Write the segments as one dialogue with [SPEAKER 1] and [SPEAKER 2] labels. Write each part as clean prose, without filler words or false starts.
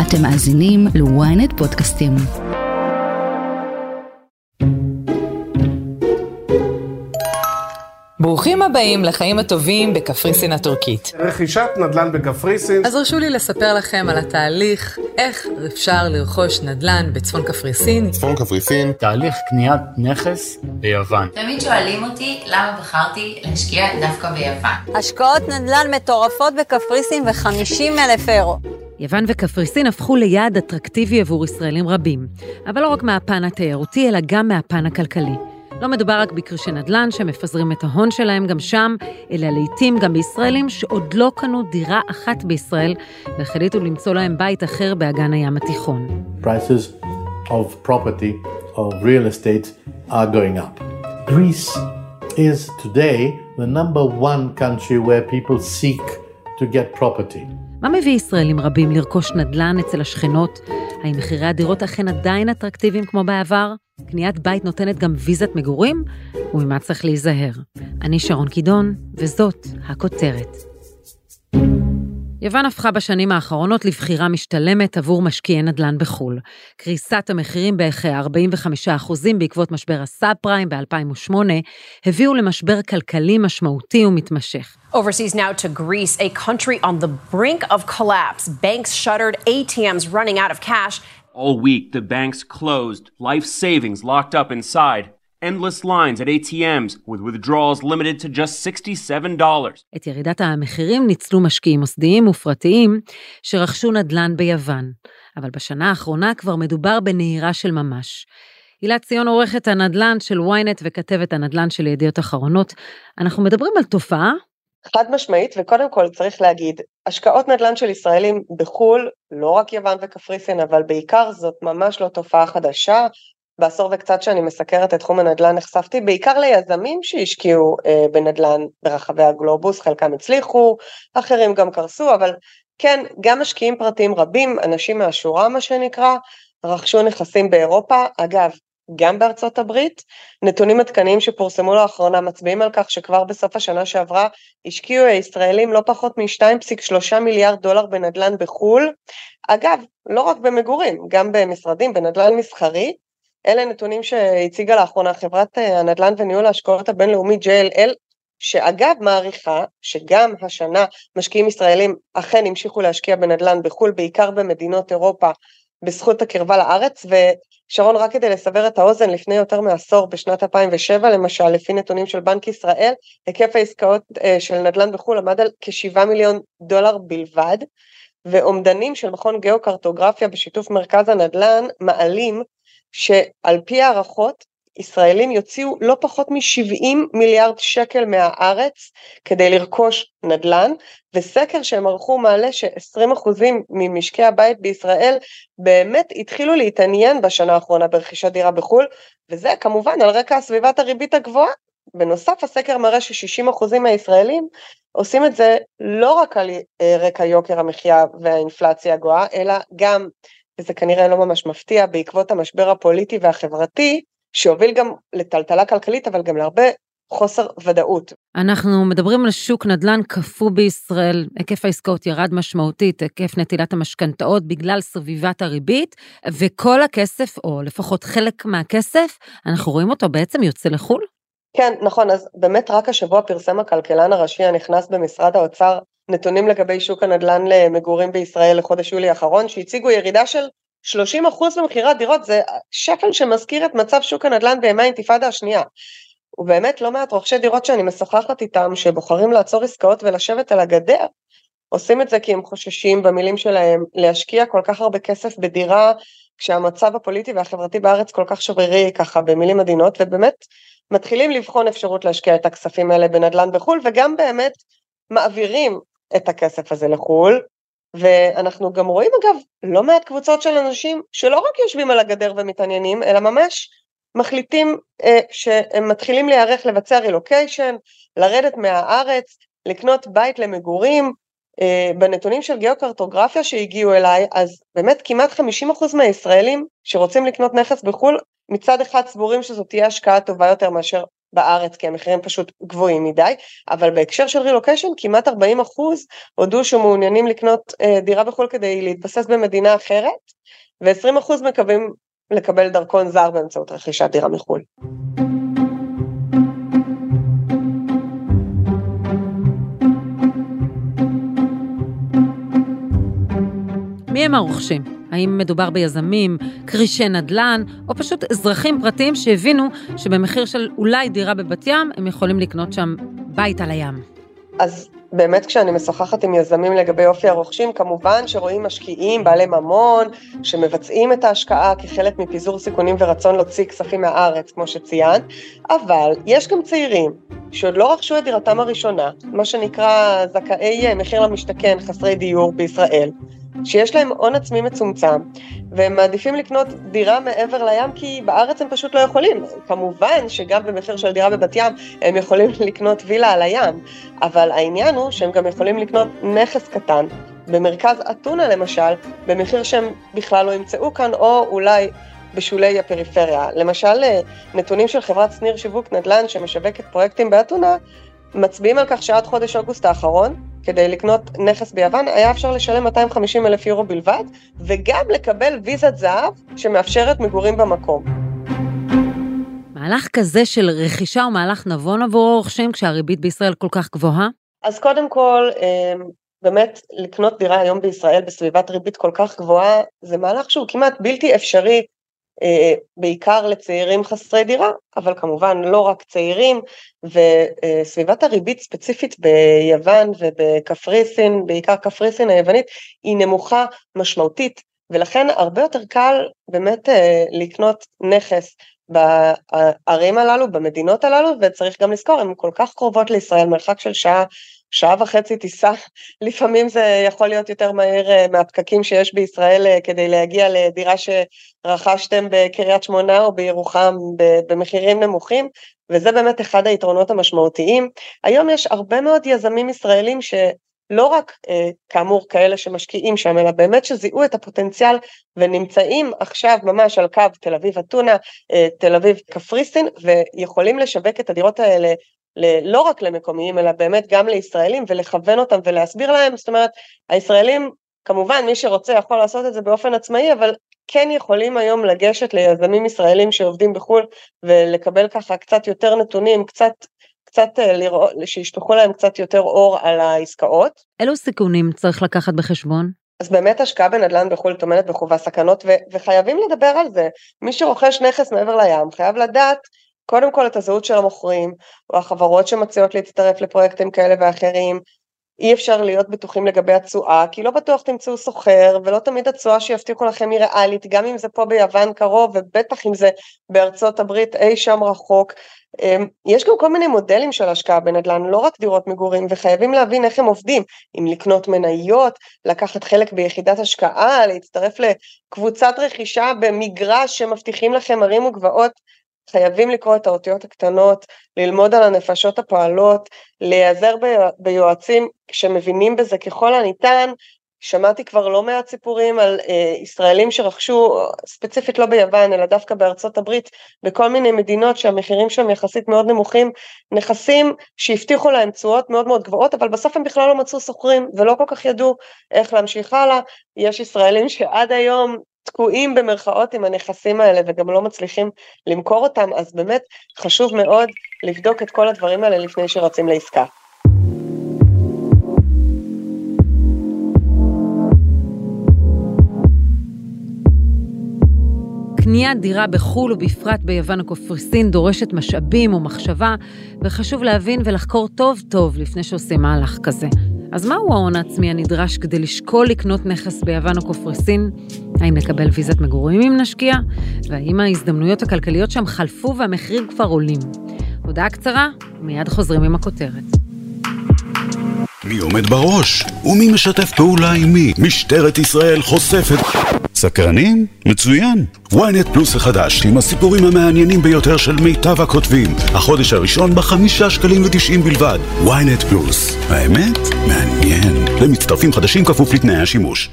[SPEAKER 1] אתם מאזינים ל-ynet פודקאסטים.
[SPEAKER 2] ברוכים הבאים לחיים הטובים בקפריסין הטורקית.
[SPEAKER 3] רכישת נדל"ן בקפריסין.
[SPEAKER 2] אז הרשו לי לספר לכם על התהליך, איך אפשר לרכוש נדל"ן בצפון קפריסין.
[SPEAKER 4] צפון קפריסין,
[SPEAKER 5] תהליך קניית נכס ביוון.
[SPEAKER 6] תמיד שואלים אותי למה בחרתי להשקיע דווקא ביוון.
[SPEAKER 7] השקעות נדל"ן מטורפות בקפריסין ו50,000 אירו.
[SPEAKER 8] יוון וקפריסין הפכו ליעד אטרקטיבי עבור ישראלים רבים, אבל לא רק מהפן התיירותי, אלא גם מהפן הכלכלי. לא מדובר רק בקרישי נדל"ן שמפזרים את ההון שלהם גם שם, אלא לעתים גם בישראלים שעוד לא קנו דירה אחת בישראל, והחליטו למצוא להם בית אחר באגן הים התיכון.
[SPEAKER 9] Prices of property, of real estate are going up. Greece is today the number one country where people seek to get property.
[SPEAKER 8] מה מביא ישראלים רבים לרכוש נדל"ן אצל השכנות? האם מחירי הדירות אכן עדיין אטרקטיביים כמו בעבר? קניית בית נותנת גם ויזת מגורים? וממה צריך להיזהר? אני שרון קידון, וזאת הכותרת. יוון הפכה בשנים האחרונות לבחירה משתלמת עבור משקיעי נדל"ן בחול. קריסת המחירים בכ-45% בעקבות משבר הסאב פריים ב-2008 הביאו למשבר כלכלי משמעותי ומתמשך.
[SPEAKER 10] Overseas now to Greece, a country on the brink of collapse. Banks shuttered, ATMs running out of cash.
[SPEAKER 11] All week, the banks closed, life savings locked up inside. Endless lines at ATMs with withdrawals limited to just $67.
[SPEAKER 8] את ירידת המחירים ניצלו משקיעים מוסדיים ופרטיים שרכשו נדל"ן ביוון. אבל בשנה האחרונה כבר מדובר בנהירה של ממש. הילה ציון עורכת הנדל"ן של ynet וכתבת הנדל"ן של ידיעות אחרונות. אנחנו מדברים על תופעה?
[SPEAKER 12] חד משמעית, וקודם כל צריך להגיד, השקעות נדל"ן של ישראלים בחול, לא רק יוון וקפריסין, אבל בעיקר זאת ממש לא תופעה חדשה. בעשור וקצת שאני מסקרת את תחום הנדל"ן נחשפתי בעיקר ליזמים שהשקיעו בנדל"ן ברחבי הגלובוס, חלקם הצליחו, אחרים גם קרסו, אבל כן, גם משקיעים פרטיים רבים, אנשים מהשורה מה שנקרא, רכשו נכסים באירופה, אגב, גם בארצות הברית, נתונים עדכניים שפורסמו לאחרונה מצביעים על כך שכבר בסוף השנה שעברה השקיעו הישראלים לא פחות מ-2.3 מיליארד דולר בנדל"ן בחול, אגב, לא רק במגורים, גם במשרדים, בנדל"ן מסחרי, אלה נתונים שהציגה לאחרונה חברת הנדל"ן וניהול ההשקעות הבינלאומי JLL, שאגב מעריכה שגם השנה משקיעים ישראלים אכן המשיכו להשקיע בנדל"ן בחול, בעיקר במדינות אירופה, בזכות הקרבה לארץ, ושרון רק כדי לסבר את האוזן, לפני יותר מעשור, בשנת 2007 למשל, לפי נתונים של בנק ישראל, היקף העסקאות של נדל"ן בחול עמד על כ7 מיליון דולר בלבד, ועומדנים של מכון גיאוקרטוגרפיה בשיתוף מרכז הנדל"ן מעלים, שעל פי הערכות, ישראלים יוציאו לא פחות מ-70 מיליארד שקל מהארץ, כדי לרכוש נדל"ן, וסקר שהם ערכו מעלה ש20% ממשקי הבית בישראל, באמת התחילו להתעניין בשנה האחרונה ברכישת דירה בחול, וזה כמובן על רקע סביבת הריבית הגבוהה, בנוסף הסקר מראה ש60% מהישראלים, עושים את זה לא רק על רקע יוקר המחיה והאינפלציה הגואה, אלא גם, וזה כנראה לא ממש מפתיע, בעקבות המשבר הפוליטי והחברתי, שהוביל גם לטלטלה כלכלית, אבל גם להרבה חוסר ודאות.
[SPEAKER 8] אנחנו מדברים על שוק נדל"ן קפוא בישראל, היקף העסקאות ירד משמעותית, היקף נטילת המשכנתאות בגלל סביבת הריבית, וכל הכסף, או לפחות חלק מהכסף, אנחנו רואים אותו בעצם יוצא לחול?
[SPEAKER 12] כן, נכון, אז באמת רק השבוע פרסם הכלכלן הראשי הנכנס במשרד האוצר, נתונים לגבי שוק הנדל"ן למגורים בישראל לחודש יולי האחרון, שהציגו ירידה של 30% במחירת דירות, זה שפל שמזכיר את מצב שוק הנדל"ן בימי האינתיפאדה השנייה. ובאמת לא מעט רוכשי דירות שאני משוחחת איתם, שבוחרים לעצור עסקאות ולשבת על הגדר, עושים את זה כי הם חוששים במילים שלהם, להשקיע כל כך הרבה כסף בדירה, כשהמצב הפוליטי והחברתי בארץ כל כך שברירי, ככה במילים עדינות, ובאמת מתחילים לבחון אפשרות להשקיע את הכספים האלה בנדל"ן בחול, וגם באמת מעבירים את הכסף הזה לחול, ואנחנו גם רואים אגב לא מעט קבוצות של אנשים שלא רק יושבים על הגדר ומתעניינים, אלא ממש מחליטים שהם מתחילים להיערך לבצע רילוקיישן, לרדת מהארץ, לקנות בית למגורים. בנתונים של גיאוקרטוגרפיה שהגיעו אליי, אז באמת כמעט 50% מהישראלים שרוצים לקנות נכס בחול, מצד אחד סבורים שזאת תהיה השקעה טובה יותר מאשר בארץ, כי המחירים פשוט גבוהים מדי, אבל בהקשר של רילוקיישן, כמעט 40% הודו שמעוניינים לקנות דירה בחול כדי להתבסס במדינה אחרת, ו20% מקווים לקבל דרכון זר באמצעות רכישת דירה מחול.
[SPEAKER 8] מי הם הרוכשים? האם מדובר ביזמים, קרישי נדל"ן, או פשוט אזרחים פרטיים שהבינו שבמחיר של אולי דירה בבת ים, הם יכולים לקנות שם בית על הים?
[SPEAKER 12] אז באמת כשאני משוחחת עם יזמים לגבי אופי הרוכשים, כמובן שרואים משקיעים, בעלי ממון, שמבצעים את ההשקעה כחלק מפיזור סיכונים ורצון להוציא כספים מהארץ, כמו שציינת, אבל יש גם צעירים שעוד לא רכשו את דירתם הראשונה, מה שנקרא זכאי מחיר למשתכן, חסרי דיור בישראל, שיש להם הון עצמי מצומצם, והם מעדיפים לקנות דירה מעבר לים, כי בארץ הם פשוט לא יכולים. כמובן שגם במחיר של דירה בבת ים, הם יכולים לקנות וילה על הים, אבל העניין הוא שהם גם יכולים לקנות נכס קטן, במרכז אתונה למשל, במחיר שהם בכלל לא ימצאו כאן, או אולי בשולי הפריפריה. למשל, נתונים של חברת שניר שיווק נדל"ן, שמשווקת פרויקטים באתונה, מצביעים על כך שעד חודש אוגוסט האחרון, כדי לקנות נכס ביוון, היה אפשר לשלם 250,000 יורו בלבד, וגם לקבל ויזת זהב שמאפשרת מגורים במקום.
[SPEAKER 8] מהלך כזה של רכישה הוא מהלך נבון עבור הרוכשים כשהריבית בישראל כל כך גבוהה?
[SPEAKER 12] אז קודם כל, באמת לקנות דירה היום בישראל בסביבת ריבית כל כך גבוהה, זה מהלך שהוא כמעט בלתי אפשרי, בעיקר לצעירים חסרי דירה, אבל כמובן לא רק צעירים, וסביבת הריבית ספציפית ביוון ובקפריסין, בעיקר קפריסין היוונית, היא נמוכה משמעותית, ולכן הרבה יותר קל באמת לקנות נכס בערים הללו, במדינות הללו, וצריך גם לזכור, הן כל כך קרובות לישראל, מרחק של שעה וחצי טיסה, לפעמים זה יכול להיות יותר מהר מהפקקים שיש בישראל כדי להגיע לדירה שרכשתם בקריית שמונה או בירוחם במחירים נמוכים, וזה באמת אחד היתרונות המשמעותיים. היום יש הרבה מאוד יזמים ישראלים שלא רק כאמור כאלה שמשקיעים שם, אלא באמת שזיהו את הפוטנציאל ונמצאים עכשיו ממש על קו תל אביב אתונה, תל אביב קפריסין, ויכולים לשווק את הדירות האלה לא רק למקומיים, אלא באמת גם לישראלים, ולכוון אותם ולהסביר להם. זאת אומרת, הישראלים, כמובן, מי שרוצה יכול לעשות את זה באופן עצמאי, אבל כן יכולים לגשת ליזמים ישראלים שעובדים בחו"ל, ולקבל ככה קצת יותר נתונים, קצת לראות, שישפכו להם קצת יותר אור על העסקאות.
[SPEAKER 8] אילו סיכונים צריך לקחת בחשבון?
[SPEAKER 12] אז באמת השקעה בנדל"ן בחו"ל טומנת בחובה סכנות, וחייבים לדבר על זה. מי שרוכש נכס מעבר לים, חייב לדעת, קודם כל את הזהות של המוכרים, או החברות שמציעות להצטרף לפרויקטים כאלה ואחרים. אי אפשר להיות בטוחים לגבי התשואה, כי לא בטוח תמצאו סוחר, ולא תמיד התשואה שיבטיחו לכם היא ריאלית, גם אם זה פה ביוון קרוב, ובטח אם זה בארצות הברית אי שם רחוק. יש גם כל מיני מודלים של השקעה בנדל"ן, לא רק דירות מגורים, וחייבים להבין איך הם עובדים, אם לקנות מניות, לקחת חלק ביחידת השקעה, להצטרף לקבוצת רכישה במגרש שמבטיחים לכם ערים וגבעות. חייבים לקרוא את האותיות הקטנות, ללמוד על הנפשות הפועלות, להיעזר ביועצים שמבינים בזה ככל הניתן. שמעתי כבר לא מעט סיפורים על ישראלים שרכשו, ספציפית לא ביוון, אלא דווקא בארצות הברית, בכל מיני מדינות שהמחירים שם יחסית מאוד נמוכים, נכסים שהבטיחו להם תשואות מאוד מאוד גבוהות, אבל בסוף הם בכלל לא מצאו סוחרים, ולא כל כך ידעו איך להמשיך הלאה. יש ישראלים שעד היום תקועים במרכאות עם הנכסים האלה, וגם לא מצליחים למכור אותם, אז באמת חשוב מאוד לבדוק את כל הדברים האלה לפני שרצים לעסקה.
[SPEAKER 8] קניית דירה בחול ובפרט ביוון וקפריסין דורשת משאבים ומחשבה, וחשוב להבין ולחקור טוב טוב לפני שעושים מהלך כזה. אז מהו ההון העצמי הנדרש כדי לשקול לקנות נכס ביוון או קפריסין? האם נקבל ויזת מגורים אם נשקיע? והאם ההזדמנויות הכלכליות שם חלפו והמחירים כבר עולים? הודעה קצרה, מיד חוזרים עם הכותרת.
[SPEAKER 4] מי עומד בראש? ומי משתף פעולה עם מי? משטרת ישראל חושפת. סקרנים? מצוין. ynet פלוס החדש עם הסיפורים המעניינים ביותר של מיטב הכותבים. החודש הראשון ב5.90 שקלים בלבד. ynet פלוס. האמת? מעניין. למצטרפים חדשים כפוף לתנאי השימוש.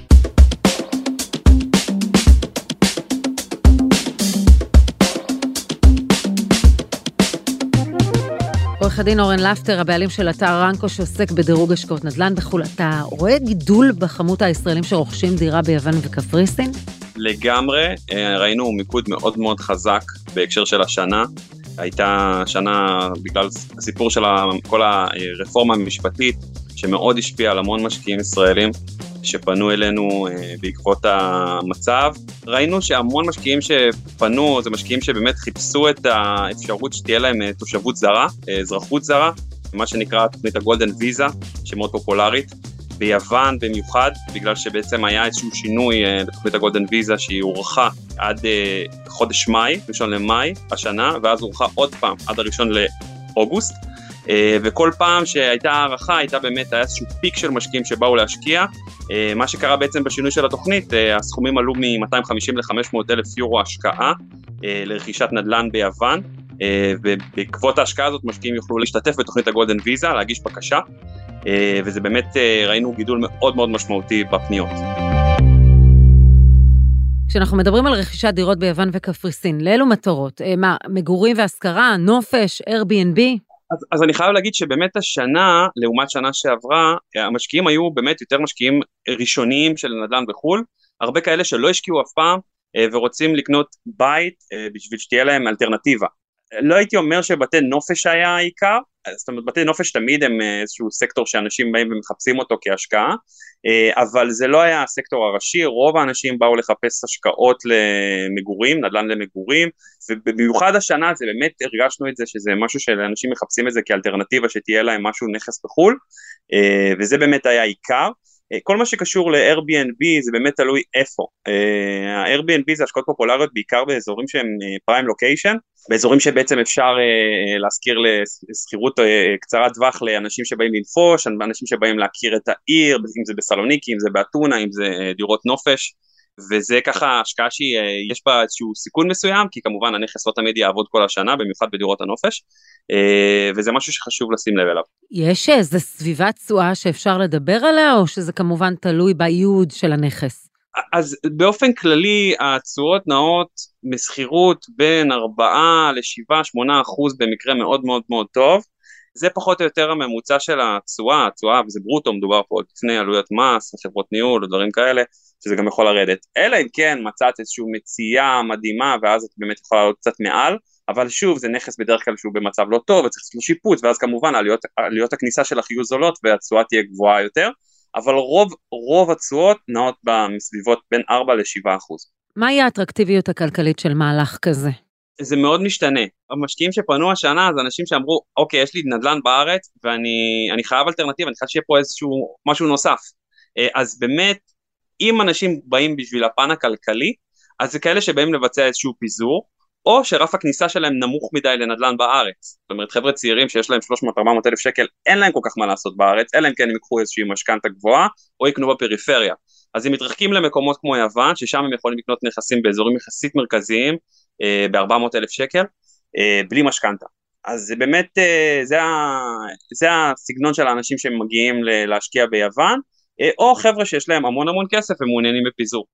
[SPEAKER 8] עורך הדין אורן לפטר, הבעלים של אתר רנקו שעוסק בדירוג השקעות נדל"ן בחו"ל. אתה רואה גידול בכמות הישראלים שרוכשים דירה ביוון וקפריסין?
[SPEAKER 13] לגמרי, ראינו מיקוד מאוד מאוד חזק בהקשר של השנה. הייתה שנה בגלל הסיפור של כל הרפורמה המשפטית, שמאוד השפיעה על המון משקיעים ישראלים שפנו אלינו בעקבות המצב. ראינו שהמון משקיעים שפנו, זה משקיעים שבאמת חיפשו את האפשרות שתהיה להם תושבות זרה, אזרחות זרה, מה שנקרא תוכנית הגולדן ויזה, שמאוד פופולרית. ביוון במיוחד, בגלל שבעצם היה איזשהו שינוי לתוכנית הגולדן ויזה שהיא הורחה עד חודש מאי, 1 למאי השנה, ואז הורחה עוד פעם עד 1 לאוגוסט, וכל פעם שהייתה הערכה, היה איזשהו פיק של משקיעים שבאו להשקיע. מה שקרה בעצם בשינוי של התוכנית, הסכומים עלו מ-250 ל-500 אלף יורו השקעה לרכישת נדל"ן ביוון, ובעקבות ההשקעה הזאת משקיעים יוכלו להשתתף בתוכנית הגולדן ויזה, להגיש בקשה, וזה באמת ראינו גידול מאוד מאוד משמעותי בפניות.
[SPEAKER 8] כשאנחנו מדברים על רכישת דירות ביוון וקפריסין, לאלו מטרות? מגורים והשכרה, נופש, Airbnb?
[SPEAKER 13] אז אני חייב להגיד שבאמת השנה, לעומת שנה שעברה, המשקיעים היו באמת יותר משקיעים ראשוניים של נדל"ן בחו"ל, הרבה כאלה שלא השקיעו אף פעם, ורוצים לקנות בית בשביל שתהיה להם אלטרנטיבה. לא הייתי אומר שבתי נופש היה העיקר, זאת אומרת, בתי נופש תמיד הם איזשהו סקטור שאנשים באים ומחפשים אותו כהשקעה, אבל זה לא היה הסקטור הראשי. רוב האנשים באו לחפש השקעות למגורים, נדל"ן למגורים, ובמיוחד השנה זה באמת הרגשנו את זה, שזה משהו שאנשים מחפשים את זה כאלטרנטיבה, שתהיה להם משהו נכס בחול, וזה באמת היה עיקר. כל מה שקשור ל-Airbnb זה באמת תלוי איפה. ה-Airbnb זה השקעות פופולריות בעיקר באזורים שהם prime location, באזורים שבעצם אפשר להזכיר לסחירות קצרת טווח לאנשים שבאים לנפוש, אנשים שבאים להכיר את העיר, אם זה בסלוניקי, אם זה באתונה, אם זה דירות נופש, וזה ככה השקעה שיש בה איזשהו סיכון מסוים, כי כמובן הנכס לא תמיד יעבוד כל השנה, במיוחד בדירות הנופש, וזה משהו שחשוב לשים לב אליו.
[SPEAKER 8] יש איזו סביבת תשואה שאפשר לדבר עליה, או שזה כמובן תלוי בייעוד של הנכס?
[SPEAKER 13] אז באופן כללי, התשואות נעות מסחירות בין 4 ל-7-8% במקרה מאוד מאוד מאוד טוב, זה פחות או יותר הממוצע של התשואה, וזה ברוטו, מדובר פה עוד לפני עלויות מס, חברות ניהול, או דברים כאלה, שזה גם יכול לרדת. אלא אם כן מצאת איזושהי מציאה מדהימה, ואז את באמת יכולה לעלות קצת מעל, אבל שוב, זה נכס בדרך כלל שהוא במצב לא טוב, וצריך לעשות לו שיפוץ, ואז כמובן עלויות הכניסה שלך יהיו זולות, והתשואה תהיה גבוהה יותר, אבל רוב התשואות נעות בסביבות בין 4 ל-7%.
[SPEAKER 8] מהי האטרקטיביות הכלכלית של מהלך כזה?
[SPEAKER 13] זה מאוד משתנה. המשקיעים שפנו השנה, זה אנשים שאמרו, אוקיי, יש לי נדל"ן בארץ, ואני חייב אלטרנטיבה, אני חייב שיהיה פה איזשהו משהו נוסף. אז באמת, אם אנשים באים בשביל הפן הכלכלי, אז זה כאלה שבאים לבצע איזשהו פיזור, או שרף הכניסה שלהם נמוך מדי לנדל"ן בארץ. זאת אומרת, חבר'ה צעירים שיש להם 300-400 אלף שקל, אין להם כל כך מה לעשות בארץ, אלא אם כן הם יקחו איזושהי משכנתה גבוהה, או יקנו בפריפריה. אז הם מתרחקים למקומות כמו יוון, ששם הם יכולים לקנות נכסים באזורים יחסית מרכזיים, ב-400 אלף שקל, בלי משכנתה. אז זה באמת, זה הסגנון של האנשים שמגיעים להשקיע ביוון, או חבר'ה שיש להם המון המון כסף ומעוניינים בפיזור.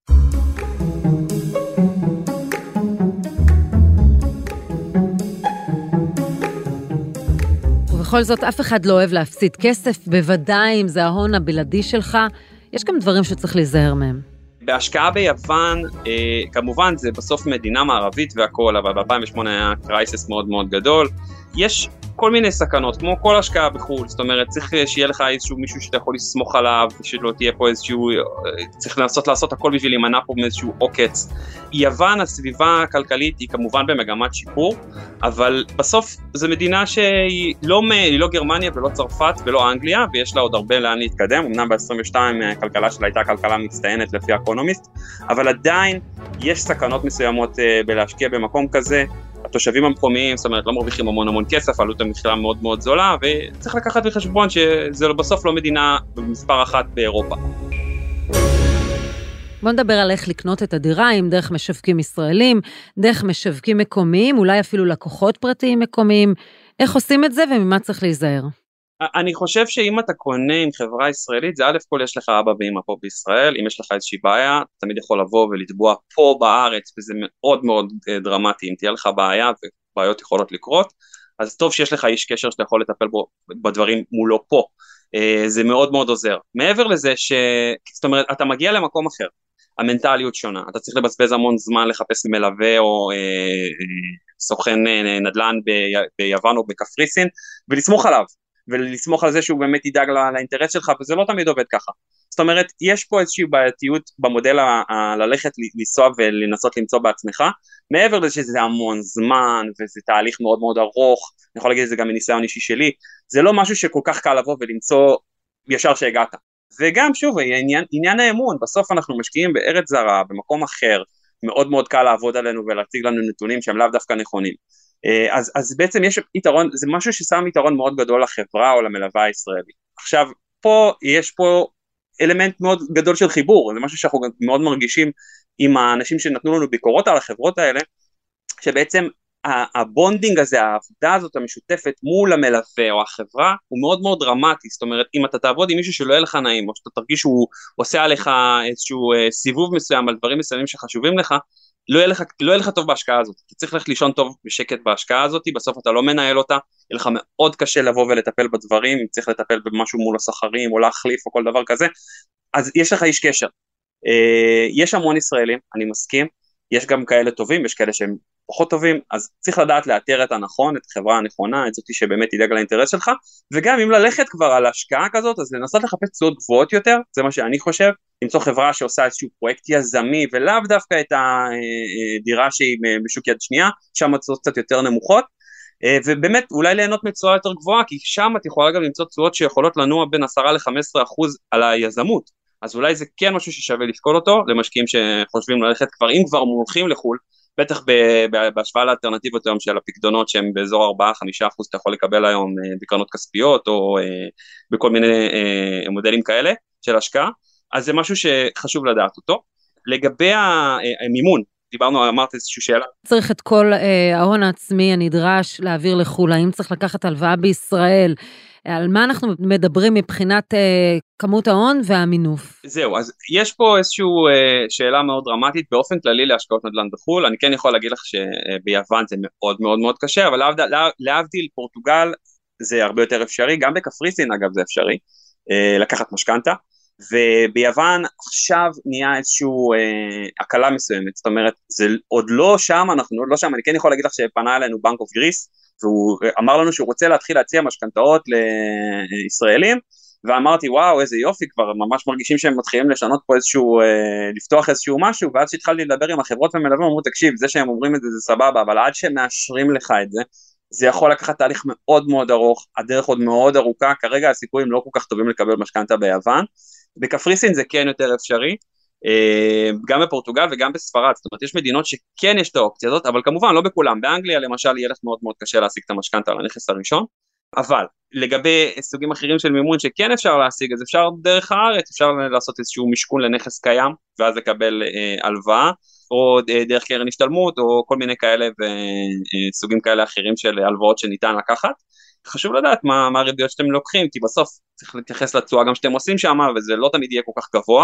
[SPEAKER 8] ובכל זאת, אף אחד לא אוהב להפסיד כסף, בוודאי אם זה ההון הבלעדי שלך, יש גם דברים שצריך להיזהר מהם.
[SPEAKER 13] בהשקעה ביוון, כמובן זה בסוף מדינה מערבית והכל, אבל ב-2008 היה קרייסס מאוד מאוד גדול. יש כל מיני סכנות, כמו כל השקעה בחו"ל, זאת אומרת, צריך שיהיה לך איזשהו מישהו שאתה יכול לסמוך עליו, שלא תהיה פה איזשהו, צריך לעשות הכל בשביל להימנע פה מאיזשהו עוקץ. יוון, הסביבה הכלכלית היא כמובן במגמת שיפור, אבל בסוף זו מדינה שהיא לא גרמניה ולא צרפת ולא אנגליה, ויש לה עוד הרבה לאן להתקדם. אמנם ב-22 הכלכלה שלה הייתה כלכלה מצטיינת לפי האקונומיסט, אבל עדיין יש סכנות מסוימות בלהשקיע במקום כזה. התושבים המקומיים, זאת אומרת, לא מרוויחים המון כסף, עלות המחירה מאוד מאוד זולה, וצריך לקחת בחשבון שזה בסוף לא מדינה במספר אחת באירופה.
[SPEAKER 8] בוא נדבר על איך לקנות את הדירה, אם דרך משווקים ישראלים, דרך משווקים מקומיים, אולי אפילו לקוחות פרטיים מקומיים. איך עושים את זה וממה צריך להיזהר?
[SPEAKER 13] אני חושב שאם אתה קונה עם חברה ישראלית, זה א' כל יש לך אבא ואמא פה בישראל, אם יש לך איזושהי בעיה, תמיד יכול לבוא ולתבוע פה בארץ, וזה מאוד מאוד דרמטי, אם תהיה לך בעיה, ובעיות יכולות לקרות, אז טוב שיש לך איש קשר שאתה יכול לטפל בו בדברים מולו פה, זה מאוד מאוד עוזר. מעבר לזה זאת אומרת, אתה מגיע למקום אחר, המנטליות שונה, אתה צריך לבזבז המון זמן לחפש מלווה או סוכן נדל"ן ביוון או בקפריסין, ולסמוך עליו, ולסמוך על זה שהוא באמת ידאג לאינטרס שלך, וזה לא תמיד עובד ככה. זאת אומרת, יש פה איזושהי בעייתיות במודל ללכת לנסוע ולנסות למצוא בעצמך, מעבר לזה שזה המון זמן, וזה תהליך מאוד מאוד ארוך, אני יכול להגיד את זה גם מניסיון אישי שלי, זה לא משהו שכל כך קל לבוא ולמצוא ישר שהגעת. וגם שוב, עניין האמון, בסוף אנחנו משקיעים בארץ זרה, במקום אחר, מאוד מאוד קל לעבוד עלינו ולהציג לנו נתונים שהם לאו דווקא נכונים. אז בעצם יש יתרון, זה משהו ששם יתרון מאוד גדול לחברה או למלווה הישראלית. עכשיו, יש פה אלמנט מאוד גדול של חיבור, זה משהו שאנחנו מאוד מרגישים עם האנשים שנתנו לנו ביקורות על החברות האלה, שבעצם הבונדינג הזה, העבודה הזאת המשותפת מול המלווה או החברה, הוא מאוד מאוד דרמטי. זאת אומרת, אם אתה תעבוד עם מישהו שלא יהיה לך נעים, או שאתה תרגיש שהוא עושה עליך איזשהו סיבוב מסוים על דברים מסוימים שחשובים לך, לא יהיה לך טוב בהשקעה הזאת. אתה צריך ללכת לישון טוב בשקט בהשקעה הזאת, בסוף אתה לא מנהל אותה, יהיה לך מאוד קשה לבוא ולטפל בדברים, אם צריך לטפל במשהו מול הסוחרים, או להחליף או כל דבר כזה, אז יש לך איש קשר. יש המון ישראלים, אני מסכים, יש גם כאלה טובים, יש כאלה שהם פחות טובים, אז צריך לדעת לאתר את הנכון, את החברה הנכונה, את זאתי שבאמת ידאג לאינטרס שלך, וגם אם ללכת כבר על השקעה כזאת, אז לנסות לחפש תשואות גבוהות יותר, זה מה שאני חושב, למצוא חברה שעושה איזשהו פרויקט יזמי, ולאו דווקא את הדירה שהיא בשוק יד שנייה, שם התשואות קצת יותר נמוכות, ובאמת אולי ליהנות מתשואה יותר גבוהה, כי שם את יכולה גם למצוא תשואות שיכולות לנוע בין 10-15% על היזמות, אז אולי זה כן משהו ששווה לפקול אותו, למשקיעים שחושבים ללכת כבר, אם כבר מולכים לחול, בטח בהשוואה לאלטרנטיבות היום של הפקדונות שהם באזור 4-5% אתה יכול לקבל היום בקרנות כספיות או בכל מיני מודלים כאלה של השקעה, אז זה משהו שחשוב לדעת אותו. לגבי המימון, דיברנו, אמרת איזושהי שאלה.
[SPEAKER 8] צריך את כל ההון העצמי הנדרש להעביר לחול, האם צריך לקחת הלוואה בישראל, על מה אנחנו מדברים מבחינת כמות ההון והמינוף?
[SPEAKER 13] זהו, אז יש פה איזושהי שאלה מאוד דרמטית, באופן כללי להשקעות נדל"ן בחול, אני כן יכול להגיד לך שביוון זה מאוד מאוד מאוד קשה, אבל להבדיל פורטוגל זה הרבה יותר אפשרי, גם בקפריסין אגב זה אפשרי, לקחת משכנתה, וביוון עכשיו נהיה איזושהי הקלה מסוימת, זאת אומרת, זה עוד לא שם, אנחנו עוד לא שם, אני כן יכול להגיד לך שפנה אלינו בנק אוף גריס, והוא אמר לנו שהוא רוצה להתחיל להציע משכנתאות לישראלים, ואמרתי וואו איזה יופי, כבר ממש מרגישים שהם מתחילים לשנות פה איזשהו, לפתוח איזשהו משהו, ואז שהתחלתי לדבר עם החברות ומלווים, אמרו תקשיב, זה שהם אומרים את זה זה סבבה, אבל עד שהם מאשרים לך את זה, זה יכול לקחת תהליך מאוד מאוד ארוך, הדרך עוד מאוד ארוכה, כרגע הסיכויים לא כל כך טובים לקבל משכנתה ביוון, בקפריסין זה כן יותר אפשרי, גם בפורטוגל וגם בספרד, זאת אומרת יש מדינות שכן יש את האופציה הזאת, אבל כמובן לא בכולם, באנגליה למשל יהיה לך מאוד מאוד קשה להשיג את המשכנתה על הנכס הראשון, אבל לגבי סוגים אחרים של מימון שכן אפשר להשיג, אז אפשר דרך הארץ, אפשר לעשות איזשהו משכון לנכס קיים, ואז לקבל הלוואה, או דרך קרן השתלמות, או כל מיני כאלה וסוגים כאלה אחרים של הלוואות שניתן לקחת, חשוב לדעת מה הריביות שאתם לוקחים, כי בסוף צריך להתייחס לתשואה גם שאתם עושים שם, וזה לא תמיד יהיה כל כך גבוה,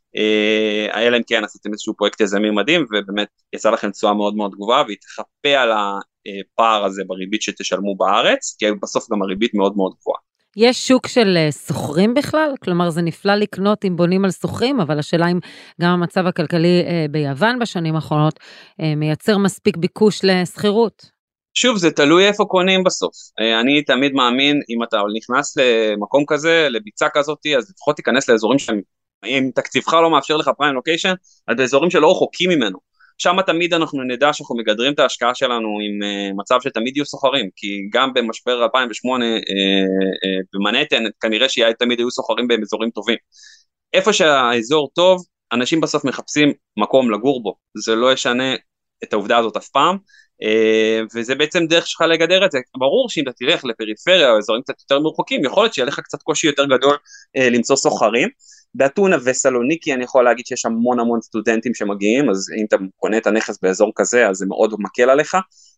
[SPEAKER 13] אלא אם כן עשיתם איזשהו פרויקט יזמי מדהים, ובאמת יצא לכם תשואה מאוד מאוד גבוהה, והיא תחפה על הפער הזה בריבית שתשלמו בארץ, כי בסוף גם הריבית מאוד מאוד גבוהה.
[SPEAKER 8] יש שוק של סוחרים בכלל? כלומר זה נפלא לקנות אם בונים על סוחרים, אבל השאלה אם גם המצב הכלכלי ביוון בשנים האחרונות מייצר מספיק ביקוש לסחירות.
[SPEAKER 13] שוב, זה תלוי איפה קונים בסוף. אני תמיד מאמין, אם אתה נכנס למקום כזה, לביצה כזאת, אז לפחות תיכנס לאזורים אם תקציבך לא מאפשר לך פריים לוקיישן, אז באזורים שלא רחוקים ממנו. שם תמיד אנחנו נדע שאנחנו מגדרים את ההשקעה שלנו עם מצב שתמיד יהיו סוחרים, כי גם במשבר 2008 במנהטן, כנראה שתמיד היו סוחרים באזורים טובים. איפה שהאזור טוב, אנשים בסוף מחפשים מקום לגור בו. זה לא ישנה את העובדה הזאת אף פעם, וזה בעצם דרך שלך לגדר את זה. ברור שאם אתה תלך לפריפריה או אזורים קצת יותר מרחוקים, יכול להיות שיהיה לך קצת קושי יותר גדול למצוא סוחרים. באתונה וסלוניקי אני יכול להגיד שיש המון סטודנטים שמגיעים, אז אם אתה קונה את הנכס באזור כזה, אז זה מאוד מקל עליך,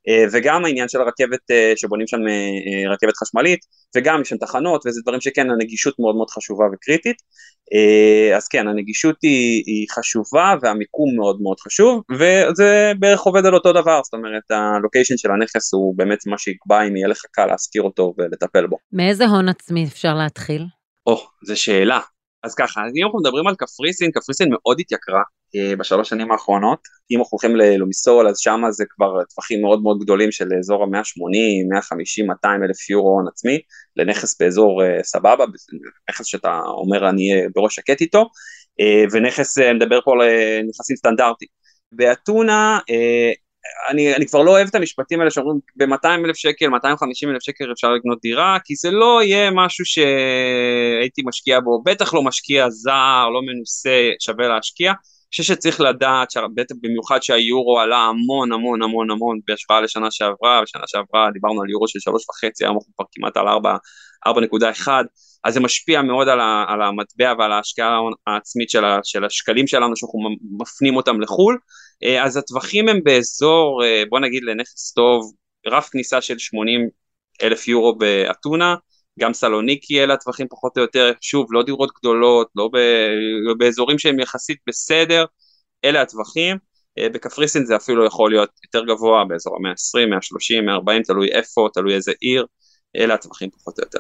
[SPEAKER 13] וגם העניין של הרכבת שבונים שם רכבת חשמלית, וגם יש שם תחנות, וזה דברים שכן הנגישות מאוד מאוד חשובה וקריטית, אז כן, הנגישות היא חשובה, והמיקום מאוד מאוד חשוב, וזה בערך עובד על אותו דבר, זאת אומרת, הלוקיישן של הנכס הוא באמת מה שיקבע אם יהיה לך קל להזכיר אותו ולטפל בו.
[SPEAKER 8] מאיזה הון עצמי אפשר להתחיל?
[SPEAKER 13] זו שאלה. אז ככה, אם אנחנו מדברים על קפריסין, קפריסין מאוד התייקרה בשלוש שנים האחרונות, אם אנחנו הולכים ללומיסול, אז שם זה כבר טווחים מאוד מאוד גדולים של אזור ה-180, 150, 200 אלף יורו הון עצמי, לנכס באזור סבבה, נכס שאתה אומר אני בראש שקט איתו, ונכס, מדבר פה על נכסים סטנדרטי. באתונה, אני כבר לא אוהב את המשפטים האלה שאומרים ב-200,000 שקל, 250,000 שקל אפשר לקנות דירה, כי זה לא יהיה משהו שהייתי משקיע בו, בטח לא משקיע זר, לא מנוסה, שווה להשקיע. אני חושב שצריך לדעת, במיוחד שהיורו עלה המון המון המון המון בהשוואה לשנה שעברה, בשנה שעברה דיברנו על יורו של 3.5, היום אנחנו כבר כמעט על 4.1, אז זה משפיע מאוד על המטבע ועל ההשקעה העצמית של השקלים שלנו, שאנחנו מפנים אותם לחול, אז הטווחים הם באזור, בוא נגיד לנכס טוב, רף כניסה של 80,000 יורו באתונה, גם סלוניקי אלה הטווחים פחות או יותר, שוב, לא דירות גדולות, לא באזורים שהם יחסית בסדר, אלה הטווחים, בקפריסין זה אפילו יכול להיות יותר גבוה, באזור ה-120, 130, 140, תלוי איפה, תלוי איזה עיר, אלה הטווחים פחות או יותר.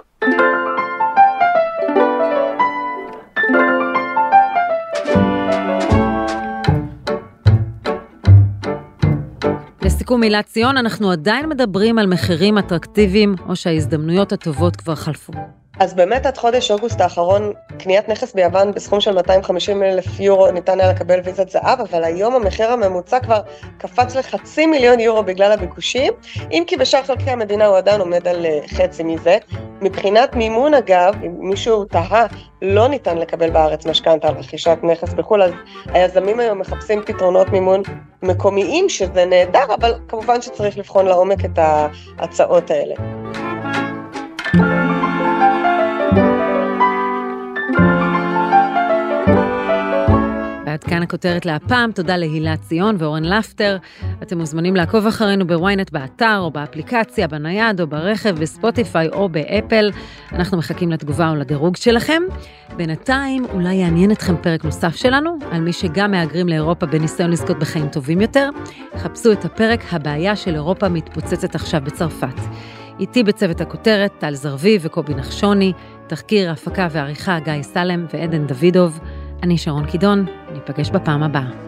[SPEAKER 8] לסיכום מילת ציון, אנחנו עדיין מדברים על מחירים אטרקטיביים, או שההזדמנויות הטובות כבר חלפו.
[SPEAKER 12] אז באמת עד חודש אוגוסט האחרון, קניית נכס ביוון בסכום של 250,000 יורו ניתן היה לקבל ויזת זהב, אבל היום המחיר הממוצע כבר קפץ ל500,000 יורו בגלל הביקושים, אם כי בשאר חלקי המדינה הוא עדיין עומד על חצי מזה. מבחינת מימון אגב, אם מישהו תהה, לא ניתן לקבל בארץ משכנתא על רכישת נכס בחו"ל, אז היזמים היום מחפשים פתרונות מימון מקומיים, שזה נהדר, אבל כמובן שצריך לבחון לעומק את ההצעות האלה.
[SPEAKER 8] ועד כאן הכותרת להפעם, תודה להילה ציון ואורן לפטר. אתם מוזמנים לעקוב אחרינו בוויינט באתר או באפליקציה, בנייד או ברכב, בספוטיפיי או באפל. אנחנו מחכים לתגובה או לדירוג שלכם. בינתיים אולי יעניין אתכם פרק נוסף שלנו, על מי שגם מהגרים לאירופה בניסיון לזכות בחיים טובים יותר. חפשו את הפרק הבעיה של אירופה מתפוצצת עכשיו בצרפת. איתי בצוות הכותרת, טל זרבי וקובי נחשוני, תחקיר, הפקה ועריכה גיא סלם ועדן דוידוב. אני שרון קידון, ניפגש בפעם הבאה.